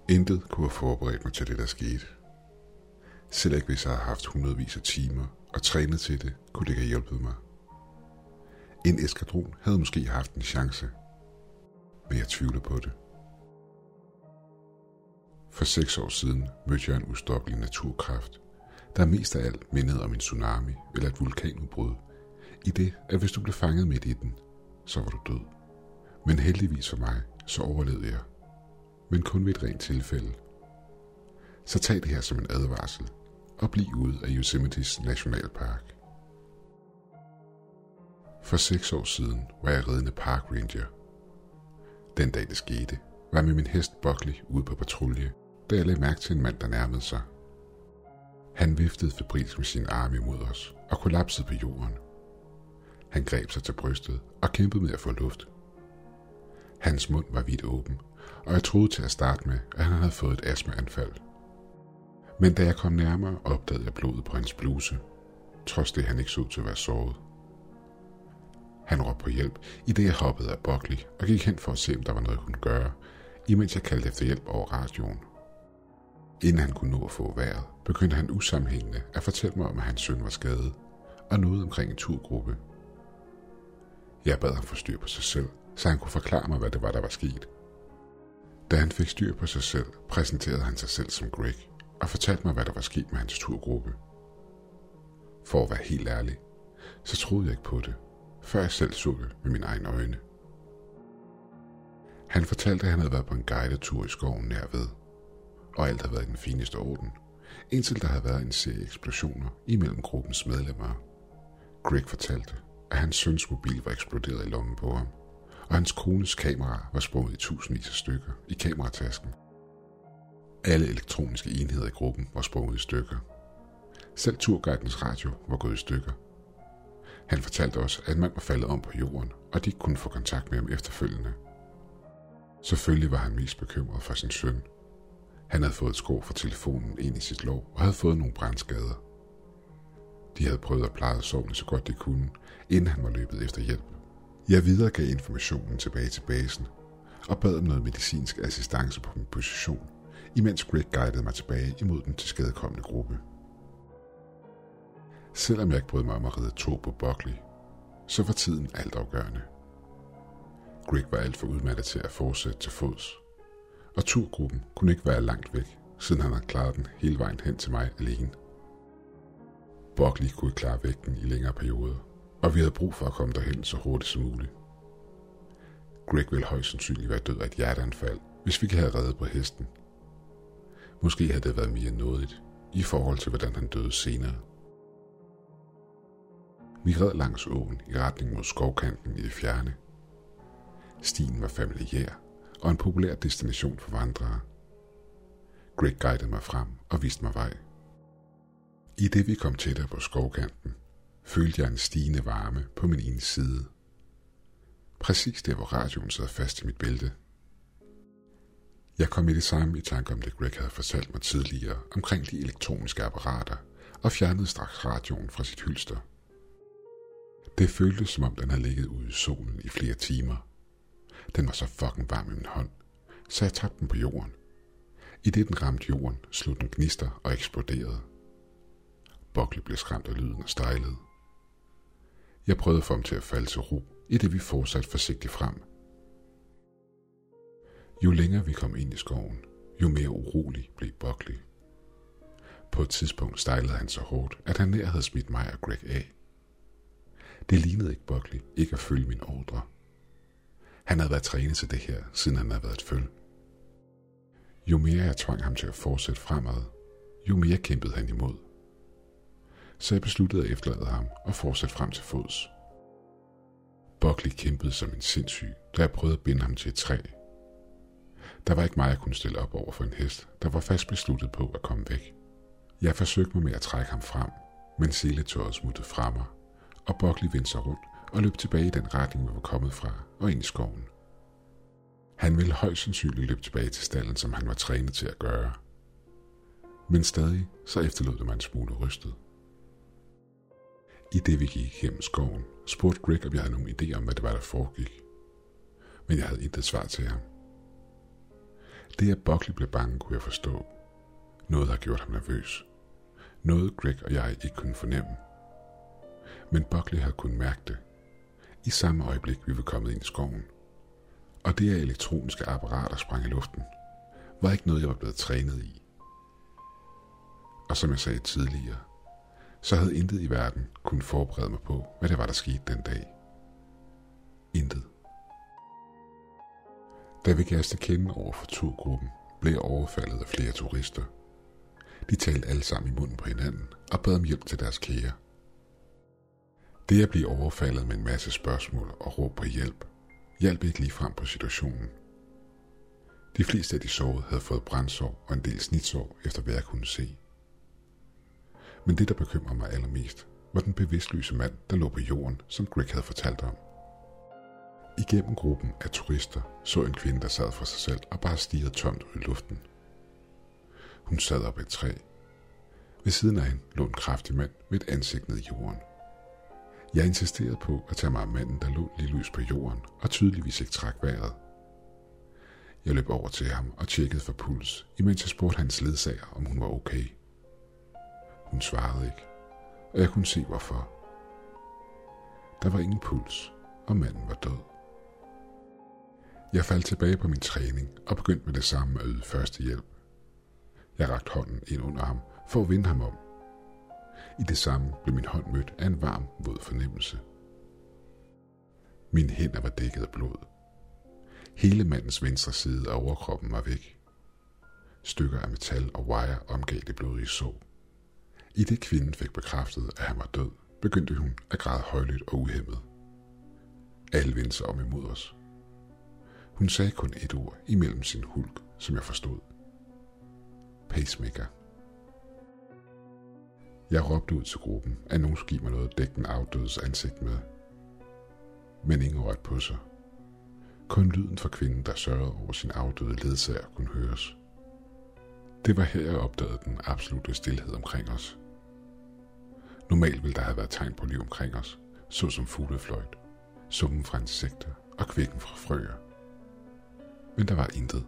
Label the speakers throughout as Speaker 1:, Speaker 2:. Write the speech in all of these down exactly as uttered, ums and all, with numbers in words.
Speaker 1: Intet kunne have forberedt mig til det, der skete. Selv ikke hvis jeg havde haft hundredvis af timer og trænet til det, kunne det ikke have hjulpet mig. En eskadron havde måske haft en chance, men jeg tvivler på det. For seks år siden mødte jeg en ustoppelig naturkraft, der mest af alt mindede om en tsunami eller et vulkanudbrud, i det, at hvis du blev fanget midt i den, så var du død. Men heldigvis for mig, så overlevede jeg. Men kun ved et rent tilfælde. Så tag det her som en advarsel, og bliv ude af Yosemite's nationalpark. For seks år siden var jeg ridende park ranger. Den dag det skete, var jeg med min hest Buckley ude på patrulje, da jeg lagde mærke til en mand, der nærmede sig. Han viftede febrilsk med sine arme imod os og kollapsede på jorden. Han greb sig til brystet og kæmpede med at få luft. Hans mund var vidt åben, og jeg troede til at starte med, at han havde fået et astmaanfald. Men da jeg kom nærmere, opdagede jeg blodet på hans bluse, trods det han ikke så ud til at være såret. Han råbte på hjælp, i det jeg hoppede af Buckley og gik hen for at se, om der var noget, jeg kunne gøre, imens jeg kaldte efter hjælp over radioen. Inden han kunne nå at få vejret, begyndte han usammenhængende at fortælle mig om, at hans søn var skadet, og noget omkring en turgruppe. Jeg bad ham få styr på sig selv, så han kunne forklare mig, hvad det var, der var sket. Da han fik styr på sig selv, præsenterede han sig selv som Greg, og fortalte mig, hvad der var sket med hans turgruppe. For at være helt ærlig, så troede jeg ikke på det, før jeg selv så det med mine egne øjne. Han fortalte, at han havde været på en guidetur i skoven nærved, og alt havde været i den fineste orden, indtil der havde været en serie eksplosioner imellem gruppens medlemmer. Greg fortalte, at hans søns mobil var eksploderet i lommen på ham, og hans kones kamera var sprunget i tusindvis af stykker i kameratasken. Alle elektroniske enheder i gruppen var sprunget i stykker. Selv turguidens radio var gået i stykker. Han fortalte også, at en mand var faldet om på jorden, og de ikke kunne få kontakt med ham efterfølgende. Selvfølgelig var han mest bekymret for sin søn. Han havde fået et skår fra telefonen ind i sit lår og havde fået nogle brandskader. De havde prøvet at pleje sårene så godt de kunne, inden han var løbet efter hjælp. Jeg videregav informationen tilbage til basen og bad om noget medicinsk assistance på min position, imens Greg guidede mig tilbage imod den tilskadekomne gruppe. Selvom jeg ikke brød mig om at ride tog på Buckley, så var tiden altafgørende. Greg var alt for udmattet til at fortsætte til fods, og turgruppen kunne ikke være langt væk, siden han havde klaret den hele vejen hen til mig alene. Buckley kunne ikke klare vægten i længere perioder, og vi havde brug for at komme derhen så hurtigt som muligt. Greg ville højst sandsynligt være død af et hjerteanfald, hvis vi ikke havde reddet på hesten. Måske havde det været mere nådigt i forhold til, hvordan han døde senere. Vi red langs åen i retning mod skovkanten i det fjerne. Stien var familiær og en populær destination for vandrere. Greg guidede mig frem og viste mig vej. I det vi kom tættere på skovkanten, følte jeg en stigende varme på min ene side. Præcis der, hvor radioen sad fast i mit bælte. Jeg kom i det samme i tanke om det, Greg havde fortalt mig tidligere omkring de elektroniske apparater, og fjernede straks radioen fra sit hylster. Det føltes, som om den havde ligget ude i solen i flere timer. Den var så fucking varm i min hånd, så jeg tabte den på jorden. I det den ramte jorden, slog den gnister og eksploderede. Buckley blev skræmt af lyden og stejlede. Jeg prøvede at få ham til at falde til ro, i det vi fortsatte forsigtigt frem. Jo længere vi kom ind i skoven, jo mere urolig blev Buckley. På et tidspunkt stejlede han så hårdt, at han nær havde smidt mig og Greg af. Det lignede ikke Buckley ikke at følge min ordre. Han havde været trænet til det her, siden han havde været et føl. Jo mere jeg tvang ham til at fortsætte fremad, jo mere kæmpede han imod. Så jeg besluttede at efterlade ham og fortsætte frem til fods. Buckley kæmpede som en sindssyg, da jeg prøvede at binde ham til et træ. Der var ikke meget, jeg kunne stille op over for en hest, der var fast besluttet på at komme væk. Jeg forsøgte mig med at trække ham frem, men seletøjet smuttede fra mig, og Buckley vendte sig rundt og løb tilbage i den retning, vi var kommet fra, og ind i skoven. Han ville højst sandsynligt løbe tilbage til stallen, som han var trænet til at gøre. Men stadig så efterlod det mig en smule rystet. I det vi gik gennem skoven, spurgte Greg, om jeg havde nogen idé om, hvad det var, der foregik. Men jeg havde intet svar til ham. Det at Buckley blev bange, kunne jeg forstå. Noget har gjort ham nervøs. Noget Greg og jeg ikke kunne fornemme. Men Buckley havde kunnet mærke det. I samme øjeblik, vi var kommet ind i skoven. Og det at elektroniske apparater sprang i luften, var ikke noget, jeg var blevet trænet i. Og som jeg sagde tidligere, så havde intet i verden kunne forberede mig på, hvad det var, der skete den dag. Intet. Da vi gav os til kende over for to-gruppen, blev jeg overfaldet af flere turister. De talte alle sammen i munden på hinanden og bad om hjælp til deres kære. Det at blive overfaldet med en masse spørgsmål og råb på hjælp, hjalp ikke lige frem på situationen. De fleste af de sårede havde fået brændsår og en del snitsår, efter hvad jeg kunne se. Men det, der bekymrede mig allermest, var den bevidstløse mand, der lå på jorden, som Greg havde fortalt om. Igennem gruppen af turister så en kvinde, der sad for sig selv og bare stirrede tomt ud i luften. Hun sad op ad et træ. Ved siden af hende lå en kraftig mand med et ansigt ned i jorden. Jeg insisterede på at tage mig af manden, der lå lige løs på jorden og tydeligvis ikke trak vejret. Jeg løb over til ham og tjekkede for puls, imens jeg spurgte hans ledsager, om hun var okay. Hun svarede ikke, og jeg kunne se hvorfor. Der var ingen puls, og manden var død. Jeg faldt tilbage på min træning og begyndte med det samme at yde førstehjælp. Jeg rakte hånden ind under ham for at vende ham om. I det samme blev min hånd mødt af en varm, våd fornemmelse. Mine hænder var dækket af blod. Hele mandens venstre side af overkroppen var væk. Stykker af metal og wire omgav det blodige sår. I det kvinden fik bekræftet, at han var død, begyndte hun at græde højlydt og uhæmmet. Alle vendte sig om imod os. Hun sagde kun et ord imellem sin hulk, som jeg forstod. Pacemaker. Jeg råbte ud til gruppen, at nogen skulle give mig noget at dække den afdødes ansigt med. Men ingen rørte på sig. Kun lyden fra kvinden, der sørgede over sin afdøde ledsager, kunne høres. Det var her, jeg opdagede den absolute stilhed omkring os. Normalt ville der have været tegn på liv omkring os, såsom fuglefløjt, summen fra insekter og kvikken fra frøer. Men der var intet.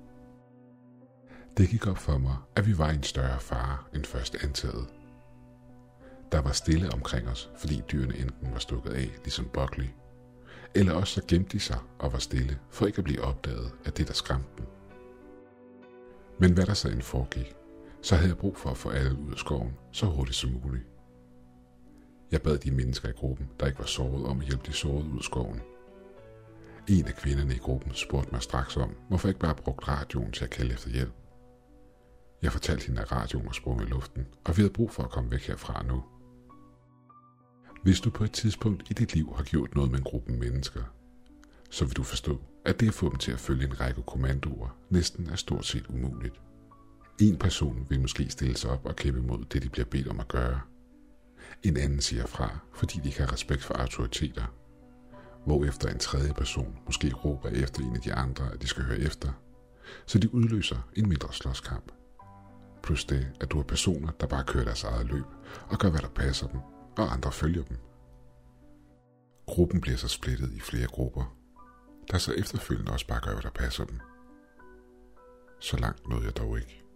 Speaker 1: Det gik op for mig, at vi var i en større fare end først antaget. Der var stille omkring os, fordi dyrene enten var stukket af, ligesom Buckley, eller også så gemte de sig og var stille, for ikke at blive opdaget af det, der skræmte dem. Men hvad der så end foregik, så havde jeg brug for at få alle ud af skoven så hurtigt som muligt. Jeg bad de mennesker i gruppen, der ikke var såret, om at hjælpe de sårede ud af skoven. En af kvinderne i gruppen spurgte mig straks om, hvorfor jeg ikke bare brugte radioen til at kalde efter hjælp. Jeg fortalte hende, at radioen var sprunget i luften, og vi havde brug for at komme væk herfra nu. Hvis du på et tidspunkt i dit liv har gjort noget med en gruppe mennesker, så vil du forstå, at det at få dem til at følge en række kommandoer næsten er stort set umuligt. En person vil måske stille sig op og kæmpe imod det, de bliver bedt om at gøre. En anden siger fra, fordi de ikke har respekt for autoriteter. Hvorefter en tredje person måske råber efter en af de andre, at de skal høre efter, så de udløser en mindre slåskamp. Plus det, at du har personer, der bare kører deres eget løb og gør, hvad der passer dem, og andre følger dem. Gruppen bliver så splittet i flere grupper, der så efterfølgende også bare gør, hvad der passer dem. Så langt nåede jeg dog ikke.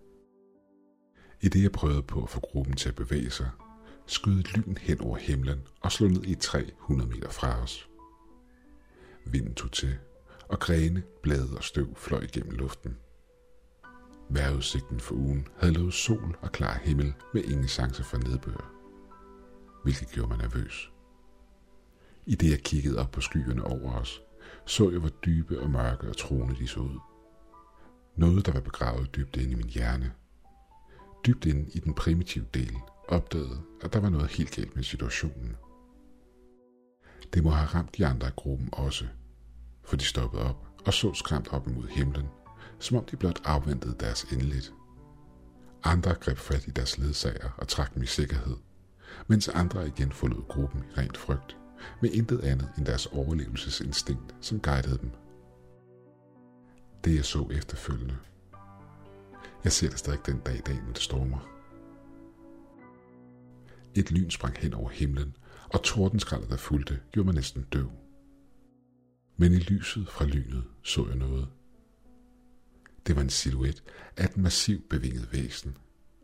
Speaker 1: I det jeg prøvede på at få gruppen til at bevæge sig, skød et lyn hen over himlen og slog ned i et træ hundrede meter fra os. Vinden tog til, og grene, blade og støv fløj igennem luften. Vejrudsigten for ugen havde lovet sol og klar himmel med ingen chance for nedbør, hvilket gjorde mig nervøs. I det jeg kiggede op på skyerne over os, så jeg hvor dybe og mørke og truende de så ud. Noget, der var begravet dybt inde i min hjerne. Dybt inde i den primitive del opdagede, at der var noget helt galt med situationen. Det må have ramt de andre i gruppen også, for de stoppede op og så skræmt op imod himlen, som om de blot afventede deres endeligt. Andre greb fat i deres ledsager og trak dem i sikkerhed, mens andre igen forlod gruppen i rent frygt, med intet andet end deres overlevelsesinstinkt, som guidede dem. Det jeg så efterfølgende. Jeg ser det stadig den dag i dag, når det stormer. Et lyn sprang hen over himlen, og tordenskraldet, der fulgte, gjorde mig næsten døv. Men i lyset fra lynet så jeg noget. Det var en silhuet af et massivt bevinget væsen.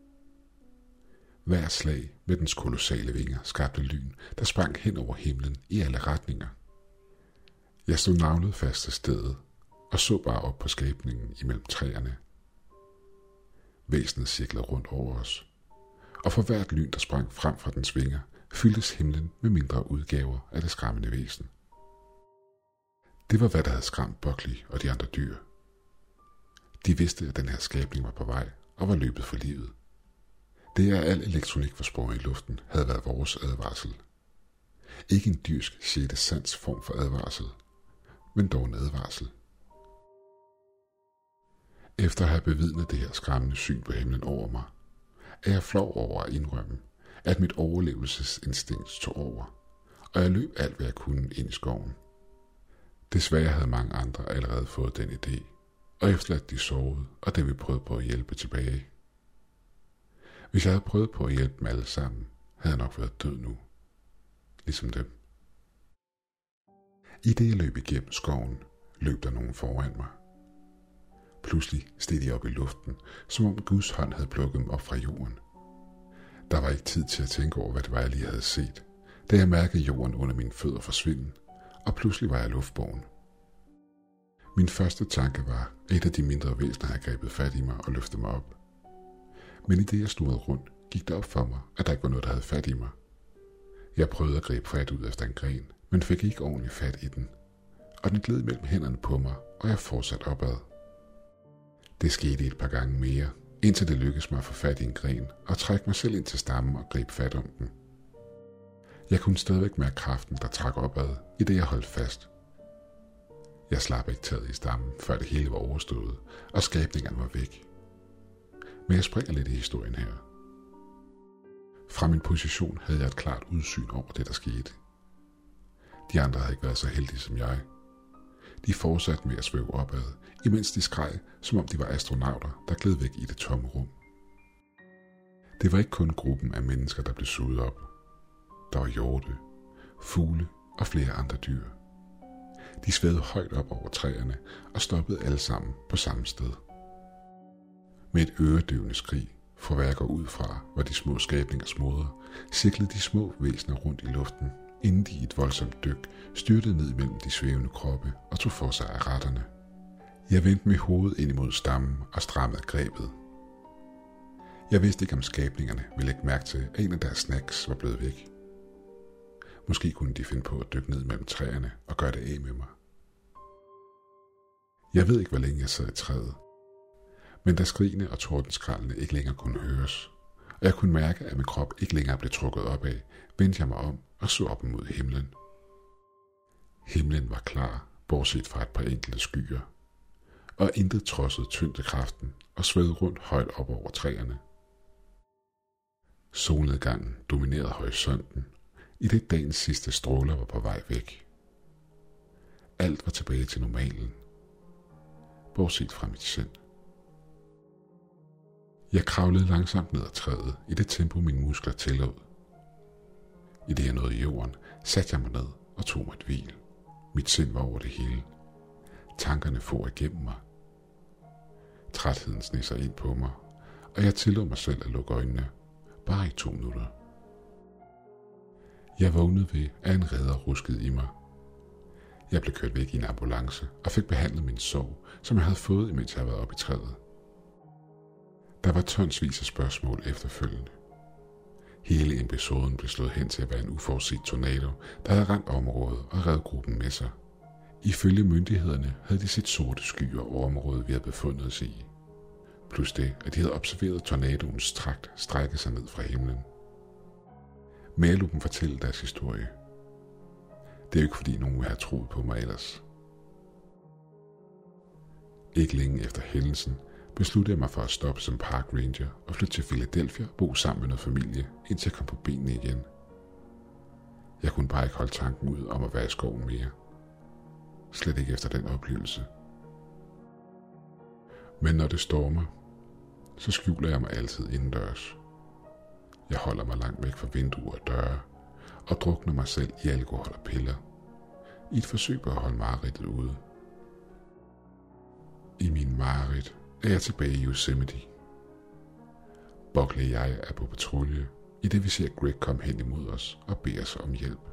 Speaker 1: Hver slag med dens kolossale vinger skabte lyn, der sprang hen over himlen i alle retninger. Jeg stod naglet fast til stedet og så bare op på skabningen imellem træerne. Væsenet cirklede rundt over os, og for hvert lyn, der sprang frem fra dens vinger, fyldtes himlen med mindre udgaver af det skræmmende væsen. Det var, hvad der havde skræmt Buckley og de andre dyr. De vidste, at den her skabning var på vej og var løbet for livet. Det, at al elektronik var sprunget i luften, havde været vores advarsel. Ikke en dyrsk sjette sans form for advarsel, men dog en advarsel. Efter at have bevidnet det her skræmmende syn på himlen over mig, er jeg flov over at indrømme, at mit overlevelsesinstinkt tog over, og jeg løb alt, hvad jeg kunne ind i skoven. Desværre havde mange andre allerede fået den idé, og efter at de sovede, og det vi prøvede på at hjælpe tilbage. Hvis jeg havde prøvet på at hjælpe dem alle sammen, havde jeg nok været død nu. Ligesom dem. I det jeg løb igennem skoven, løb der nogen foran mig. Pludselig steg de op i luften, som om Guds hånd havde plukket dem op fra jorden. Der var ikke tid til at tænke over, hvad det var, jeg lige havde set, da jeg mærkede jorden under mine fødder forsvinde, og pludselig var jeg luftbåren. Min første tanke var, at et af de mindre væsener havde grebet fat i mig og løftet mig op. Men i det jeg snurrede rundt, gik det op for mig, at der ikke var noget, der havde fat i mig. Jeg prøvede at gribe fat ud efter en gren, men fik ikke ordentligt fat i den, og den gled mellem hænderne på mig, og jeg fortsatte opad. Det skete et par gange mere, indtil det lykkedes mig at få fat i en gren og trække mig selv ind til stammen og gribe fat om den. Jeg kunne stadigvæk mærke kraften, der trak opad, i det jeg holdt fast. Jeg slap ikke taget i stammen, før det hele var overstået, og skabningerne var væk. Men jeg springer lidt i historien her. Fra min position havde jeg et klart udsyn over det, der skete. De andre havde ikke været så heldige som jeg. De fortsatte med at svæve opad, imens de skreg, som om de var astronauter, der gled væk i det tomme rum. Det var ikke kun gruppen af mennesker, der blev suget op. Der var hjorte, fugle og flere andre dyr. De svævede højt op over træerne og stoppede alle sammen på samme sted. Med et øredøvende skrig, fra hvad jeg går ud fra, hvor de små skabningers moder, cirklede de små væsener rundt i luften, inden de i et voldsomt dyk styrtede ned mellem de svævende kroppe og tog for sig af retterne. Jeg vendte mit hoved ind imod stammen og strammede grebet. Jeg vidste ikke, om skabningerne ville lægge mærke til, at en af deres snacks var blevet væk. Måske kunne de finde på at dykke ned mellem træerne og gøre det af med mig. Jeg ved ikke, hvor længe jeg sad i træet, men da skrigene og tordenskraldene ikke længere kunne høres, og jeg kunne mærke, at min krop ikke længere blev trukket opad, vendte jeg mig om og så op mod himlen. Himlen var klar, bortset fra et par enkelte skyer, og intet trodsede tyngdekraften og svævede rundt højt op over træerne. Solnedgangen dominerede horisonten, i det dagens sidste stråler var på vej væk. Alt var tilbage til normalen, bortset fra mit sind. Jeg kravlede langsomt ned ad træet i det tempo, mine muskler tillod. I det jeg nåede jorden, satte jeg mig ned og tog mig et hvil. Mit sind var over det hele. Tankerne for igennem mig. Trætheden sneg sig ind på mig, og jeg tillod mig selv at lukke øjnene, bare i to minutter. Jeg vågnede ved, at en redder ruskede i mig. Jeg blev kørt væk i en ambulance og fik behandlet min sorg, som jeg havde fået, imens jeg havde været oppe i træet. Der var tonsvis af spørgsmål efterfølgende. Hele episoden blev slået hen til at være en uforudset tornado, der havde ramt området og revet gruppen med sig. Ifølge myndighederne havde de set sorte skyer over området, vi havde befundet os i. Plus det, at de havde observeret tornadoens trakt strække sig ned fra himlen. Men jeg lod dem fortælle deres historie. Det er jo ikke fordi nogen vil have troet på mig ellers. Ikke længe efter hændelsen besluttede jeg mig for at stoppe som park ranger og flytte til Philadelphia og bo sammen med noget familie, indtil jeg kom på benene igen. Jeg kunne bare ikke holde tanken ud om at være i skoven mere. Slet ikke efter den oplevelse. Men når det stormer, så skjuler jeg mig altid indendørs. Jeg holder mig langt væk fra vinduer og døre, og drukner mig selv i alkohol og piller, i et forsøg på at holde mareridtet ude. I min mareridt er jeg tilbage i Yosemite. Buckley og jeg er på patrulje, i det vi ser Greg komme hen imod os og beder os om hjælp.